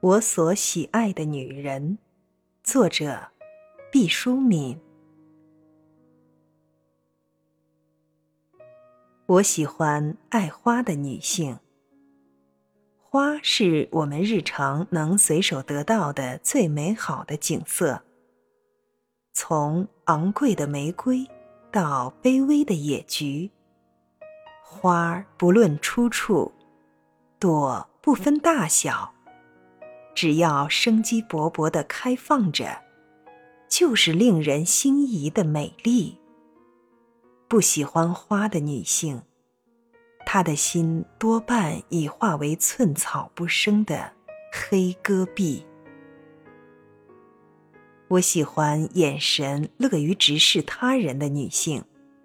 我所喜爱的女人，作者毕淑敏。我喜欢爱花的女性。花是我们日常能随手得到的最美好的景色。从昂贵的玫瑰到卑微的野菊，花不论出处，朵不分大小，只要生机勃勃地开放着，就是令人心仪的美丽。不喜欢花的女性，她的心多半已化为寸草不生的黑戈壁。我喜欢眼神乐于直视他人的女性，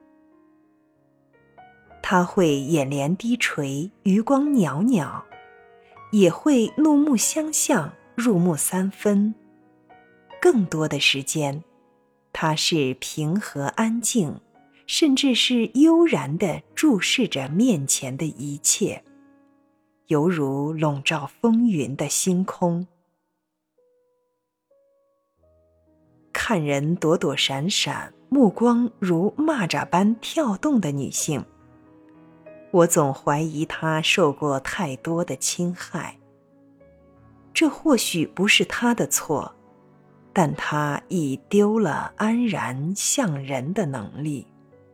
她会眼帘低垂，余光袅袅，也会怒目相向，入木三分。更多的时间，她是平和安静，甚至是悠然地注视着面前的一切，犹如笼罩风云的星空。看人躲躲闪闪，目光如蚂蚱般跳动的女性，我总怀疑她受过太多的侵害。这或许不是她的错，但她已丢了安然像人的能力。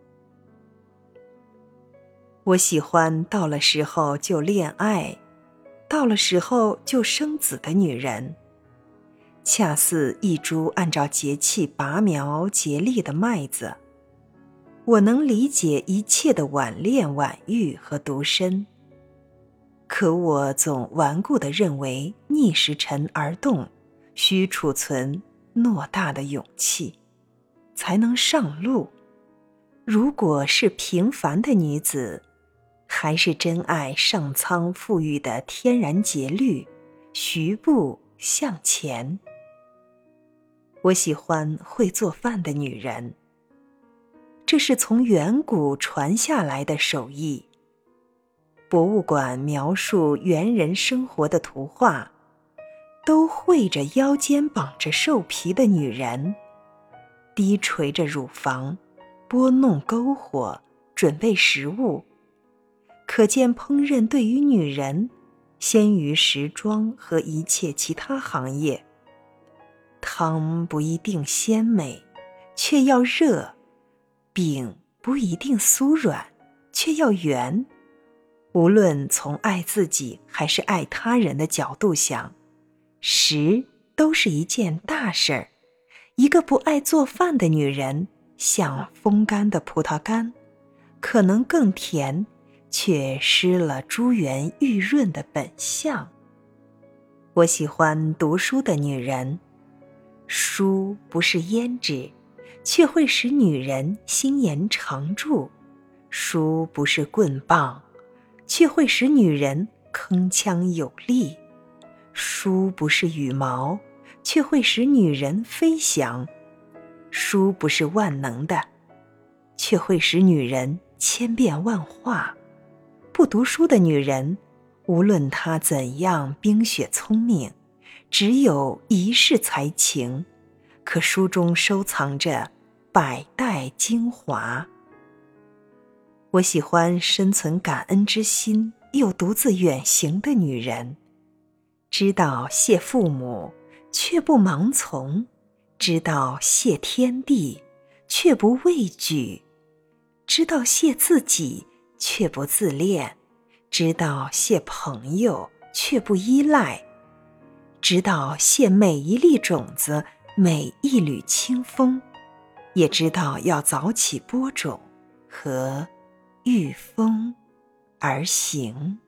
我喜欢到了时候就恋爱，到了时候就生子的女人，恰似一株按照节气拔苗结粒的麦子。我能理解一切的晚恋晚育和独身，可我总顽固地认为逆时辰而动，需储存偌大的勇气，才能上路。如果是平凡的女子，还是真爱上苍赋予的天然节律，徐步向前。我喜欢会做饭的女人，这是从远古传下来的手艺。博物馆描述猿人生活的图画，都绘着腰间绑着兽皮的女人，低垂着乳房，拨弄篝火，准备食物。可见烹饪对于女人，先于时装和一切其他行业。汤不一定鲜美，却要热；饼不一定酥软，却要圆。无论从爱自己还是爱他人的角度想，食都是一件大事儿。一个不爱做饭的女人，像风干的葡萄干，可能更甜，却失了珠圆玉润的本相。我喜欢读书的女人，书不是胭脂，却会使女人心颜常驻；书不是棍棒，却会使女人铿锵有力；书不是羽毛，却会使女人飞翔；书不是万能的，却会使女人千变万化。不读书的女人，无论她怎样冰雪聪明，只有一世才情，可书中收藏着百代精华。我喜欢深存感恩之心又独自远行的女人，知道谢父母，却不盲从；知道谢天地，却不畏惧；知道谢自己，却不自恋；知道谢朋友，却不依赖；知道谢每一粒种子，每一缕清风，也知道要早起播种和御风而行。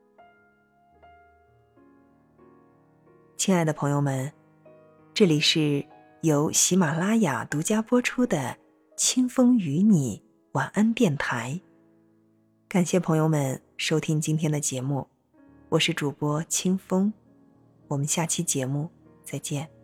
亲爱的朋友们，这里是由喜马拉雅独家播出的清风与你晚安电台，感谢朋友们收听今天的节目，我是主播清风，我们下期节目再见。